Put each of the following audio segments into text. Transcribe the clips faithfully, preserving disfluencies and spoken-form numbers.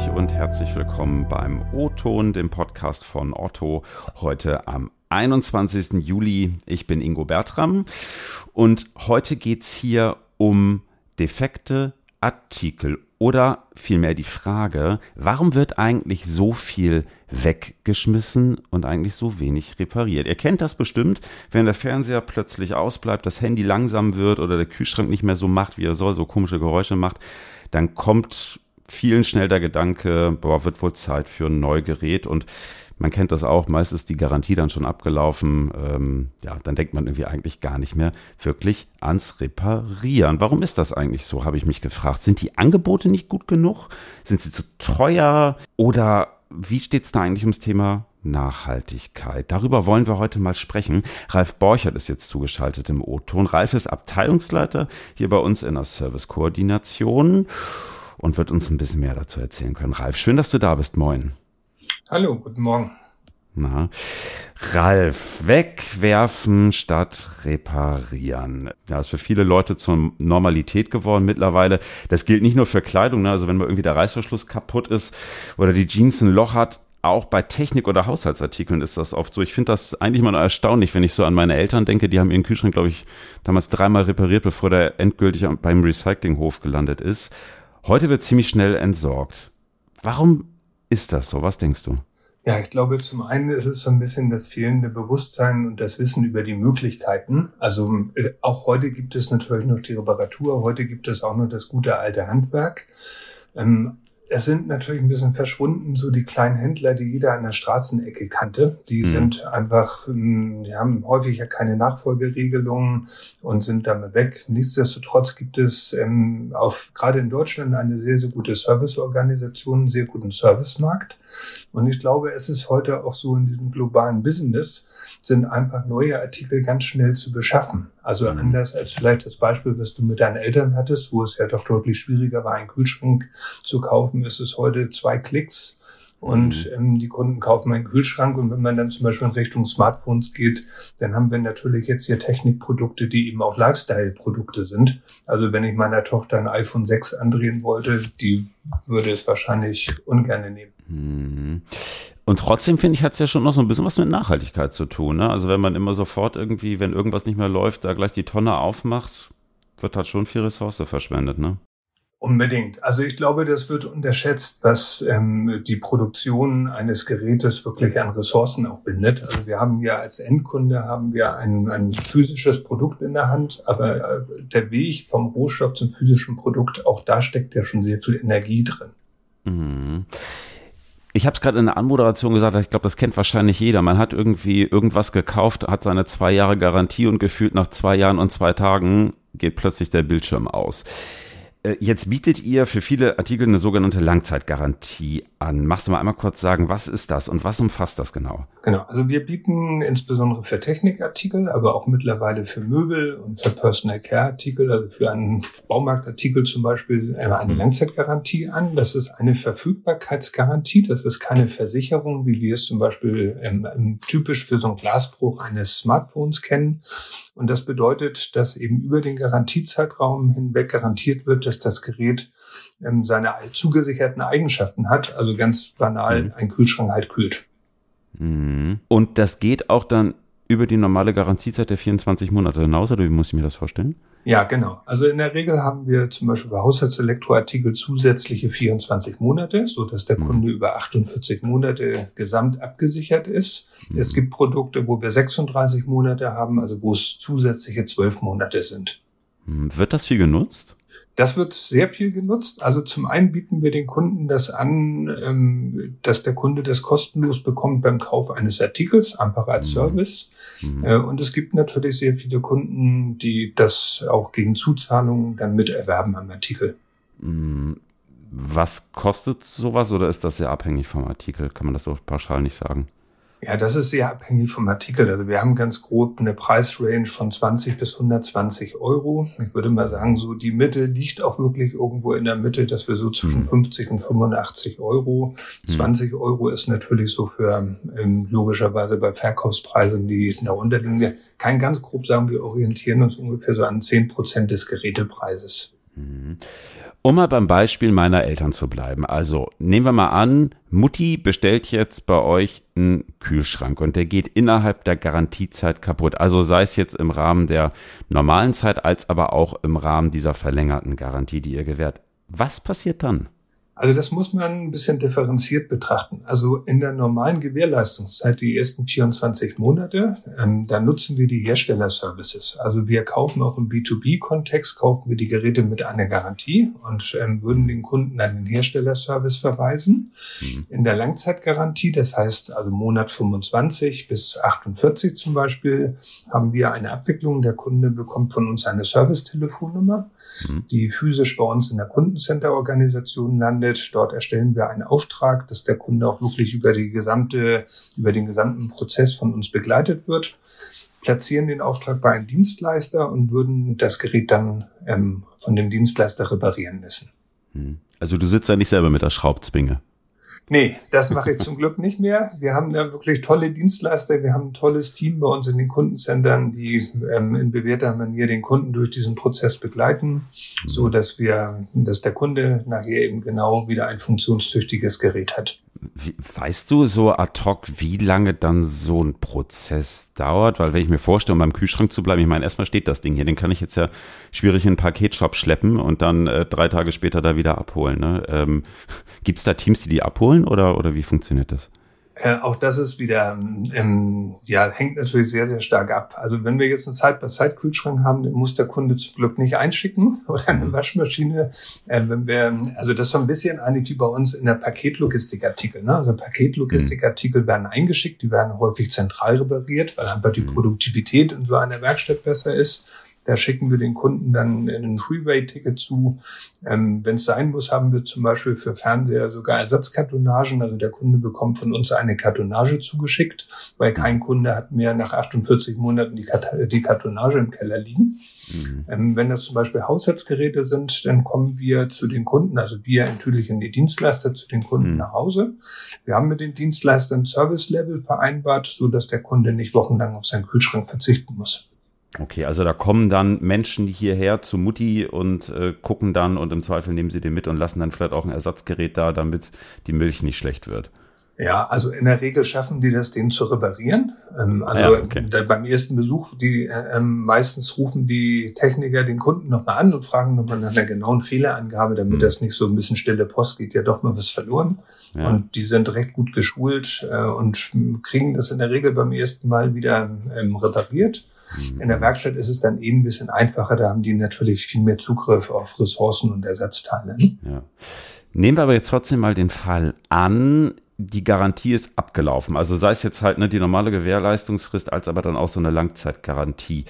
euch und herzlich willkommen beim O-Ton, dem Podcast von Otto, heute am einundzwanzigsten Juli. Ich bin Ingo Bertram und heute geht es hier um defekte Artikel oder vielmehr die Frage, warum wird eigentlich so viel weggeschmissen und eigentlich so wenig repariert? Ihr kennt das bestimmt, wenn der Fernseher plötzlich ausbleibt, das Handy langsam wird oder der Kühlschrank nicht mehr so macht, wie er soll, so komische Geräusche macht, dann kommt vielen schnell der Gedanke, boah, wird wohl Zeit für ein neues Gerät. Und man kennt das auch, meist ist die Garantie dann schon abgelaufen. Ähm, ja, dann denkt man irgendwie eigentlich gar nicht mehr wirklich ans Reparieren. Warum ist das eigentlich so, habe ich mich gefragt. Sind die Angebote nicht gut genug? Sind sie zu teuer? Oder wie steht es da eigentlich ums Thema Nachhaltigkeit? Darüber wollen wir heute mal sprechen. Ralf Borchert ist jetzt zugeschaltet im O-Ton. Ralf ist Abteilungsleiter hier bei uns in der Servicekoordination und wird uns ein bisschen mehr dazu erzählen können. Ralf, schön, dass du da bist. Moin. Hallo, guten Morgen. Na, Ralf, wegwerfen statt reparieren. Ja, ist für viele Leute zur Normalität geworden mittlerweile. Das gilt nicht nur für Kleidung, ne? Also wenn mal irgendwie der Reißverschluss kaputt ist oder die Jeans ein Loch hat, auch bei Technik- oder Haushaltsartikeln ist das oft so. Ich finde das eigentlich mal erstaunlich, wenn ich so an meine Eltern denke. Die haben ihren Kühlschrank, glaube ich, damals dreimal repariert, bevor der endgültig beim Recyclinghof gelandet ist. Heute wird ziemlich schnell entsorgt. Warum ist das so? Was denkst du? Ja, ich glaube, zum einen ist es so ein bisschen das fehlende Bewusstsein und das Wissen über die Möglichkeiten. Also äh, auch heute gibt es natürlich noch die Reparatur, heute gibt es auch noch das gute alte Handwerk. Ähm, Es sind natürlich ein bisschen verschwunden, so die kleinen Händler, die jeder an der Straßenecke kannte. Die mhm. sind einfach, die haben häufig ja keine Nachfolgeregelungen und sind damit weg. Nichtsdestotrotz gibt es ähm, auf gerade in Deutschland eine sehr, sehr gute Serviceorganisation, einen sehr guten Servicemarkt. Und ich glaube, es ist heute auch so in diesem globalen Business, sind einfach neue Artikel ganz schnell zu beschaffen. Also mhm. anders als vielleicht das Beispiel, was du mit deinen Eltern hattest, wo es ja doch deutlich schwieriger war, einen Kühlschrank zu kaufen, ist es heute zwei Klicks und mhm. ähm, die Kunden kaufen einen Kühlschrank. Und wenn man dann zum Beispiel in Richtung Smartphones geht, dann haben wir natürlich jetzt hier Technikprodukte, die eben auch Lifestyle-Produkte sind. Also wenn ich meiner Tochter ein iPhone sechs andrehen wollte, die würde es wahrscheinlich ungern nehmen. Mhm. Und trotzdem, finde ich, hat es ja schon noch so ein bisschen was mit Nachhaltigkeit zu tun, ne? Also wenn man immer sofort irgendwie, wenn irgendwas nicht mehr läuft, da gleich die Tonne aufmacht, wird halt schon viel Ressource verschwendet, ne? Unbedingt. Also ich glaube, das wird unterschätzt, was ähm, die Produktion eines Gerätes wirklich an Ressourcen auch bindet. Also wir haben ja als Endkunde haben wir ein, ein physisches Produkt in der Hand, aber äh, der Weg vom Rohstoff zum physischen Produkt, auch da steckt ja schon sehr viel Energie drin. Mhm. Ich habe es gerade in der Anmoderation gesagt, ich glaube, das kennt wahrscheinlich jeder. Man hat irgendwie irgendwas gekauft, hat seine zwei Jahre Garantie und gefühlt nach zwei Jahren und zwei Tagen geht plötzlich der Bildschirm aus. Jetzt bietet ihr für viele Artikel eine sogenannte Langzeitgarantie an. Magst du mal einmal kurz sagen, was ist das und was umfasst das genau? Genau, also wir bieten insbesondere für Technikartikel, aber auch mittlerweile für Möbel und für Personal Care Artikel, also für einen Baumarktartikel zum Beispiel, eine Langzeitgarantie an. Das ist eine Verfügbarkeitsgarantie, das ist keine Versicherung, wie wir es zum Beispiel ähm, typisch für so einen Glasbruch eines Smartphones kennen. Und das bedeutet, dass eben über den Garantiezeitraum hinweg garantiert wird, dass das Gerät ähm, seine zugesicherten Eigenschaften hat. Also ganz banal, mhm. ein Kühlschrank halt kühlt. Mhm. Und das geht auch dann über die normale Garantiezeit der vierundzwanzig Monate hinaus, oder wie muss ich mir das vorstellen? Ja, genau. Also in der Regel haben wir zum Beispiel bei Haushaltselektroartikel zusätzliche vierundzwanzig Monate, so dass der mhm. Kunde über achtundvierzig Monate gesamt abgesichert ist. Mhm. Es gibt Produkte, wo wir sechsunddreißig Monate haben, also wo es zusätzliche zwölf Monate sind. Wird das viel genutzt? Das wird sehr viel genutzt. Also zum einen bieten wir den Kunden das an, ähm, dass der Kunde das kostenlos bekommt beim Kauf eines Artikels, einfach als mhm. Service. Mhm. Äh, und es gibt natürlich sehr viele Kunden, die das auch gegen Zuzahlungen dann miterwerben am Artikel. Was kostet sowas oder ist das sehr abhängig vom Artikel? Kann man das so pauschal nicht sagen? Ja, das ist sehr abhängig vom Artikel. Also wir haben ganz grob eine Preisrange von zwanzig bis hundertzwanzig Euro. Ich würde mal sagen, so die Mitte liegt auch wirklich irgendwo in der Mitte, dass wir so zwischen fünfzig und fünfundachtzig Euro. zwanzig Euro ist natürlich so für ähm, logischerweise bei Verkaufspreisen, die darunter liegen. Wir kann ganz grob sagen, wir orientieren uns ungefähr so an zehn Prozent des Gerätepreises. Um mal beim Beispiel meiner Eltern zu bleiben. Also nehmen wir mal an, Mutti bestellt jetzt bei euch einen Kühlschrank und der geht innerhalb der Garantiezeit kaputt. Also sei es jetzt im Rahmen der normalen Zeit, als aber auch im Rahmen dieser verlängerten Garantie, die ihr gewährt. Was passiert dann? Also das muss man ein bisschen differenziert betrachten. Also in der normalen Gewährleistungszeit, die ersten vierundzwanzig Monate, ähm, da nutzen wir die Herstellerservices. Also wir kaufen auch im B zwei B-Kontext, kaufen wir die Geräte mit einer Garantie und ähm, würden den Kunden an den Herstellerservice verweisen. Mhm. In der Langzeitgarantie, das heißt also Monat fünfundzwanzig bis achtundvierzig zum Beispiel, haben wir eine Abwicklung. Der Kunde bekommt von uns eine Service-Telefonnummer, mhm. die physisch bei uns in der Kundencenter-Organisation landet. Dort erstellen wir einen Auftrag, dass der Kunde auch wirklich über die gesamte, über den gesamten Prozess von uns begleitet wird, platzieren den Auftrag bei einem Dienstleister und würden das Gerät dann ähm, von dem Dienstleister reparieren lassen. Also du sitzt ja nicht selber mit der Schraubzwinge. Nee, das mache ich zum Glück nicht mehr. Wir haben da wirklich tolle Dienstleister. Wir haben ein tolles Team bei uns in den Kundencentern, die ähm, in bewährter Manier den Kunden durch diesen Prozess begleiten, so dass wir, dass der Kunde nachher eben genau wieder ein funktionstüchtiges Gerät hat. Wie, weißt du so ad hoc, wie lange dann so ein Prozess dauert? Weil wenn ich mir vorstelle, um beim Kühlschrank zu bleiben, ich meine, erstmal steht das Ding hier, den kann ich jetzt ja schwierig in einen Paketshop schleppen und dann äh, drei Tage später da wieder abholen. Ne? Ähm, gibt es da Teams, die die abholen oder, oder wie funktioniert das? Äh, auch das ist wieder, ähm, ja, hängt natürlich sehr, sehr stark ab. Also wenn wir jetzt einen Side-by-Side-Kühlschrank haben, den muss der Kunde zum Glück nicht einschicken oder eine Waschmaschine. Äh, wenn wir, also das ist so ein bisschen eigentlich wie bei uns in der Paketlogistikartikel. Ne? Also Paketlogistikartikel werden eingeschickt, die werden häufig zentral repariert, weil einfach die Produktivität in so einer Werkstatt besser ist. Da schicken wir den Kunden dann ein Freeway-Ticket zu. Ähm, wenn es sein muss, haben wir zum Beispiel für Fernseher sogar Ersatzkartonagen. Also der Kunde bekommt von uns eine Kartonage zugeschickt, weil kein Kunde hat mehr nach achtundvierzig Monaten die, Kart- die Kartonage im Keller liegen. Mhm. Ähm, wenn das zum Beispiel Haushaltsgeräte sind, dann kommen wir zu den Kunden, also wir natürlich in die Dienstleister zu den Kunden mhm. nach Hause. Wir haben mit den Dienstleistern Service-Level vereinbart, so dass der Kunde nicht wochenlang auf seinen Kühlschrank verzichten muss. Okay, also da kommen dann Menschen hierher zu Mutti und äh, gucken dann und im Zweifel nehmen sie den mit und lassen dann vielleicht auch ein Ersatzgerät da, damit die Milch nicht schlecht wird. Ja, also in der Regel schaffen die das, den zu reparieren. Ähm, also ja, okay. da, beim ersten Besuch, die äh, meistens rufen die Techniker den Kunden nochmal an und fragen nochmal nach einer genauen Fehlerangabe, damit mhm. das nicht so ein bisschen stille Post geht, ja doch mal was verloren. Ja. Und die sind recht gut geschult äh, und kriegen das in der Regel beim ersten Mal wieder ähm, repariert. In der Werkstatt ist es dann eh ein bisschen einfacher, da haben die natürlich viel mehr Zugriff auf Ressourcen und Ersatzteile. Ja. Nehmen wir aber jetzt trotzdem mal den Fall an, die Garantie ist abgelaufen. Also sei es jetzt halt ne, die normale Gewährleistungsfrist, als aber dann auch so eine Langzeitgarantie.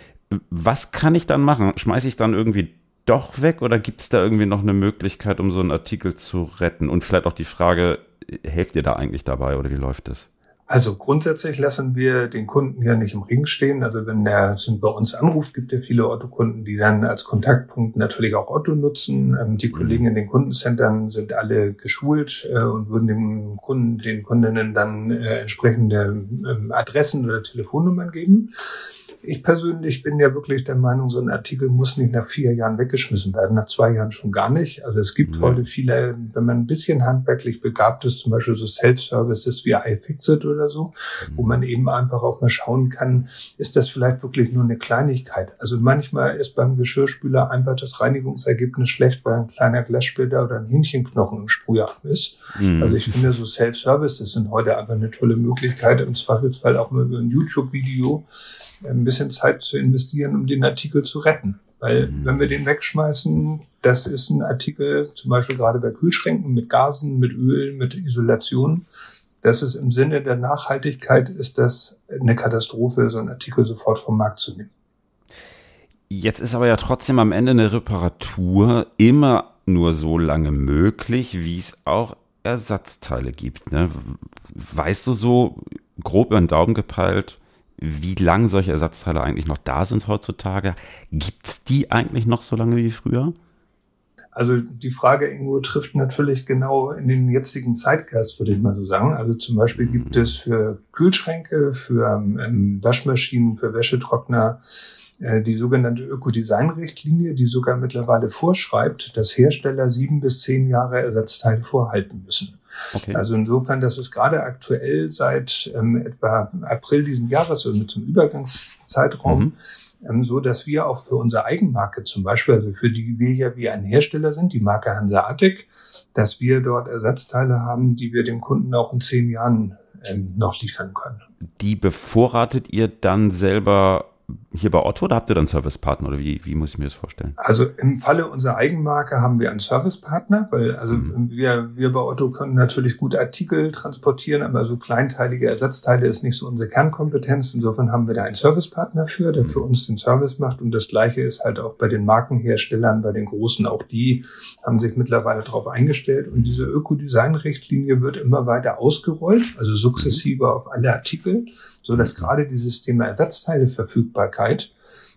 Was kann ich dann machen? Schmeiße ich dann irgendwie doch weg oder gibt es da irgendwie noch eine Möglichkeit, um so einen Artikel zu retten? Und vielleicht auch die Frage, helft ihr da eigentlich dabei oder wie läuft das? Also grundsätzlich lassen wir den Kunden ja nicht im Ring stehen. Also wenn der bei uns anruft, gibt es ja viele Otto-Kunden, die dann als Kontaktpunkt natürlich auch Otto nutzen. Ähm, die Kollegen in den Kundencentern sind alle geschult äh, und würden dem Kunden, den Kundinnen dann äh, entsprechende äh, Adressen oder Telefonnummern geben. Ich persönlich bin ja wirklich der Meinung, so ein Artikel muss nicht nach vier Jahren weggeschmissen werden, nach zwei Jahren schon gar nicht. Also es gibt mhm. heute viele, wenn man ein bisschen handwerklich begabt ist, zum Beispiel so Self-Services wie iFixit oder so, mhm. wo man eben einfach auch mal schauen kann, ist das vielleicht wirklich nur eine Kleinigkeit. Also manchmal ist beim Geschirrspüler einfach das Reinigungsergebnis schlecht, weil ein kleiner Glassplitter oder ein Hähnchenknochen im Sprüharm ist. Mhm. Also ich finde, so Self-Services sind heute einfach eine tolle Möglichkeit, im Zweifelsfall auch mal über ein YouTube-Video ein bisschen Zeit zu investieren, um den Artikel zu retten. Weil mhm. wenn wir den wegschmeißen, das ist ein Artikel, zum Beispiel gerade bei Kühlschränken mit Gasen, mit Öl, mit Isolation. Das ist im Sinne der Nachhaltigkeit, ist das eine Katastrophe, so einen Artikel sofort vom Markt zu nehmen. Jetzt ist aber ja trotzdem am Ende eine Reparatur immer nur so lange möglich, wie es auch Ersatzteile gibt. Ne? Weißt du so grob über den Daumen gepeilt, wie lange solche Ersatzteile eigentlich noch da sind heutzutage? Gibt's die eigentlich noch so lange wie früher? Also die Frage, Ingo, trifft natürlich genau in den jetzigen Zeitgeist, würde ich mal so sagen. Also zum Beispiel gibt es für Kühlschränke, für ähm, Waschmaschinen, für Wäschetrockner, äh, die sogenannte Ökodesign-Richtlinie, die sogar mittlerweile vorschreibt, dass Hersteller sieben bis zehn Jahre Ersatzteile vorhalten müssen. Okay. Also insofern, das ist gerade aktuell seit ähm, etwa April diesen Jahres, also mit zum Übergangszeitraum, mhm. ähm, so, dass wir auch für unsere Eigenmarke zum Beispiel, also für die wir ja wie ein Hersteller sind, die Marke Hanseatic, dass wir dort Ersatzteile haben, die wir dem Kunden auch in zehn Jahren ähm, noch liefern können. Die bevorratet ihr dann selber hier bei Otto oder habt ihr dann Servicepartner oder wie, wie muss ich mir das vorstellen? Also im Falle unserer Eigenmarke haben wir einen Servicepartner, weil also mhm. wir, wir bei Otto können natürlich gut Artikel transportieren, aber so kleinteilige Ersatzteile ist nicht so unsere Kernkompetenz. Insofern haben wir da einen Servicepartner für, der mhm. für uns den Service macht. Und das Gleiche ist halt auch bei den Markenherstellern, bei den Großen. Auch die haben sich mittlerweile darauf eingestellt. Und diese Ökodesign-Richtlinie wird immer weiter ausgerollt, also sukzessive mhm. auf alle Artikel, so dass gerade dieses Thema Ersatzteileverfügbarkeit,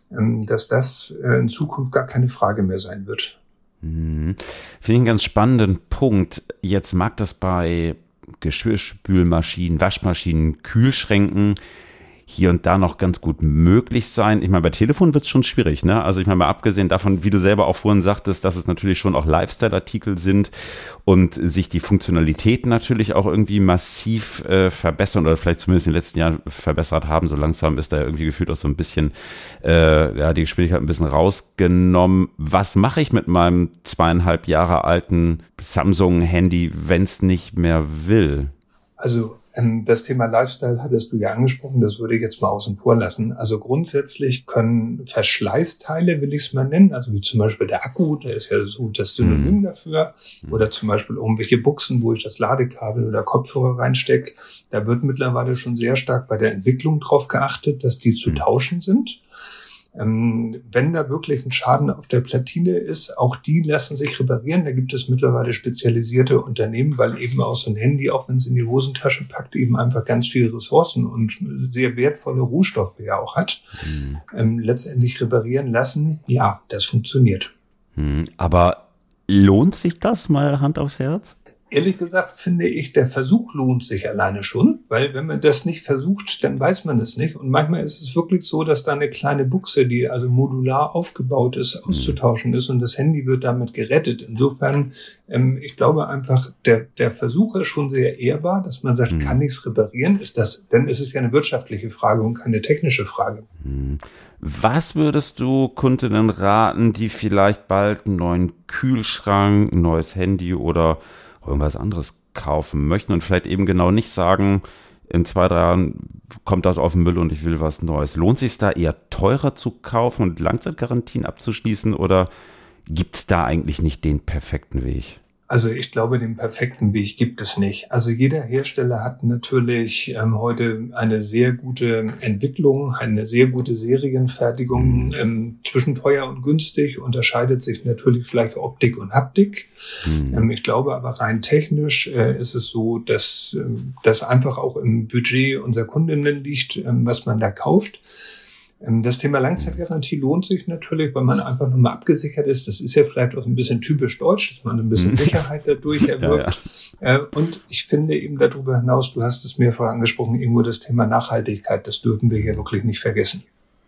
dass das in Zukunft gar keine Frage mehr sein wird. Hm. Finde ich einen ganz spannenden Punkt. Jetzt mag das bei Geschirrspülmaschinen, Waschmaschinen, Kühlschränken hier und da noch ganz gut möglich sein. Ich meine, bei Telefon wird es schon schwierig, ne? Also ich meine, mal abgesehen davon, wie du selber auch vorhin sagtest, dass es natürlich schon auch Lifestyle-Artikel sind und sich die Funktionalitäten natürlich auch irgendwie massiv äh, verbessern oder vielleicht zumindest in den letzten Jahren verbessert haben. So langsam ist da irgendwie gefühlt auch so ein bisschen, äh, ja, die Geschwindigkeit ein bisschen rausgenommen. Was mache ich mit meinem zweieinhalb Jahre alten Samsung-Handy, wenn es nicht mehr will? Also das Thema Lifestyle hattest du ja angesprochen, das würde ich jetzt mal außen vor lassen. Also grundsätzlich können Verschleißteile, will ich es mal nennen, also wie zum Beispiel der Akku, der ist ja so das Synonym dafür, oder zum Beispiel irgendwelche Buchsen, wo ich das Ladekabel oder Kopfhörer reinstecke. Da wird mittlerweile schon sehr stark bei der Entwicklung drauf geachtet, dass die zu tauschen sind. Ähm, wenn da wirklich ein Schaden auf der Platine ist, auch die lassen sich reparieren. Da gibt es mittlerweile spezialisierte Unternehmen, weil eben auch so ein Handy, auch wenn es in die Hosentasche packt, eben einfach ganz viele Ressourcen und sehr wertvolle Rohstoffe ja auch hat. Mhm. Ähm, letztendlich reparieren lassen, ja, das funktioniert. Mhm. Aber lohnt sich das, mal Hand aufs Herz? Ehrlich gesagt finde ich, der Versuch lohnt sich alleine schon, weil wenn man das nicht versucht, dann weiß man es nicht. Und manchmal ist es wirklich so, dass da eine kleine Buchse, die also modular aufgebaut ist, auszutauschen ist und das Handy wird damit gerettet. Insofern, ähm, ich glaube einfach, der der Versuch ist schon sehr ehrbar, dass man sagt, mhm. kann ich es reparieren? Ist das, dann ist es ja eine wirtschaftliche Frage und keine technische Frage. Mhm. Was würdest du Kundinnen raten, die vielleicht bald einen neuen Kühlschrank, ein neues Handy oder irgendwas anderes kaufen möchten und vielleicht eben genau nicht sagen, in zwei, drei Jahren kommt das auf den Müll und ich will was Neues. Lohnt es sich da eher teurer zu kaufen und Langzeitgarantien abzuschließen oder gibt es da eigentlich nicht den perfekten Weg? Also ich glaube, den perfekten Weg gibt es nicht. Also jeder Hersteller hat natürlich ähm, heute eine sehr gute Entwicklung, eine sehr gute Serienfertigung. Ähm, zwischen teuer und günstig unterscheidet sich natürlich vielleicht Optik und Haptik. Mhm. Ähm, ich glaube aber rein technisch äh, ist es so, dass ähm, das einfach auch im Budget unserer Kundinnen liegt, ähm, was man da kauft. Das Thema Langzeitgarantie lohnt sich natürlich, weil man einfach nochmal abgesichert ist. Das ist ja vielleicht auch ein bisschen typisch deutsch, dass man ein bisschen Sicherheit dadurch erwirbt. Ja, ja. Und ich finde eben darüber hinaus, du hast es mehrfach angesprochen, irgendwo das Thema Nachhaltigkeit, das dürfen wir hier wirklich nicht vergessen.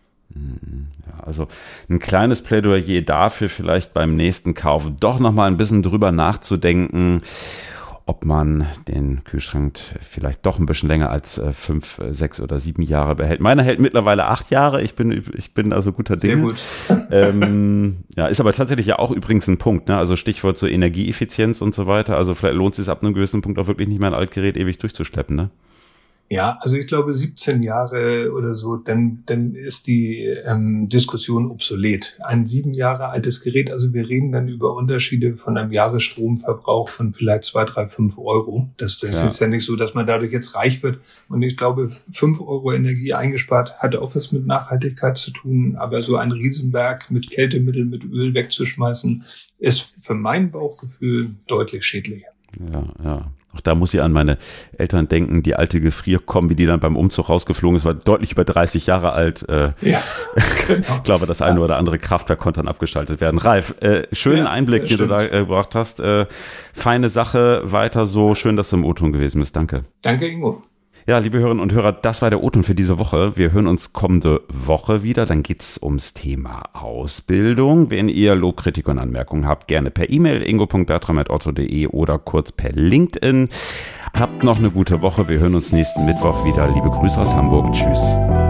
Ja, also ein kleines Plädoyer dafür, vielleicht beim nächsten Kauf doch nochmal ein bisschen drüber nachzudenken, ob man den Kühlschrank vielleicht doch ein bisschen länger als äh, fünf, sechs oder sieben Jahre behält. Meiner hält mittlerweile acht Jahre. Ich bin, ich bin also guter Dinge. Sehr gut. ähm, ja, ist aber tatsächlich ja auch übrigens ein Punkt, ne? Also Stichwort so Energieeffizienz und so weiter. Also vielleicht lohnt es sich ab einem gewissen Punkt auch wirklich nicht mehr ein Altgerät ewig durchzuschleppen, ne? Ja, also ich glaube siebzehn Jahre oder so, dann dann ist die ähm, Diskussion obsolet. Ein sieben Jahre altes Gerät, also wir reden dann über Unterschiede von einem Jahresstromverbrauch von vielleicht zwei, drei, fünf Euro. Das, das ja. ist ja nicht so, dass man dadurch jetzt reich wird. Und ich glaube, fünf Euro Energie eingespart hat auch was mit Nachhaltigkeit zu tun. Aber so ein Riesenberg mit Kältemittel, mit Öl wegzuschmeißen, ist für mein Bauchgefühl deutlich schädlicher. Ja, ja. Auch da muss ich an meine Eltern denken, die alte Gefrierkombi, die dann beim Umzug rausgeflogen ist, war deutlich über dreißig Jahre alt. Äh, ja, genau. Ich glaube, das eine ja. oder andere Kraftwerk konnte dann abgeschaltet werden. Ralf, äh, schönen ja, Einblick, den du da äh, gebracht hast. Äh, feine Sache, weiter so. Schön, dass du im O-Ton gewesen bist. Danke. Danke, Ingo. Ja, liebe Hörerinnen und Hörer, das war der O-Ton für diese Woche. Wir hören uns kommende Woche wieder. Dann geht's ums Thema Ausbildung. Wenn ihr Lob, Kritik und Anmerkungen habt, gerne per E-Mail ingo punkt bertram at otto punkt de oder kurz per LinkedIn. Habt noch eine gute Woche. Wir hören uns nächsten Mittwoch wieder. Liebe Grüße aus Hamburg. Tschüss.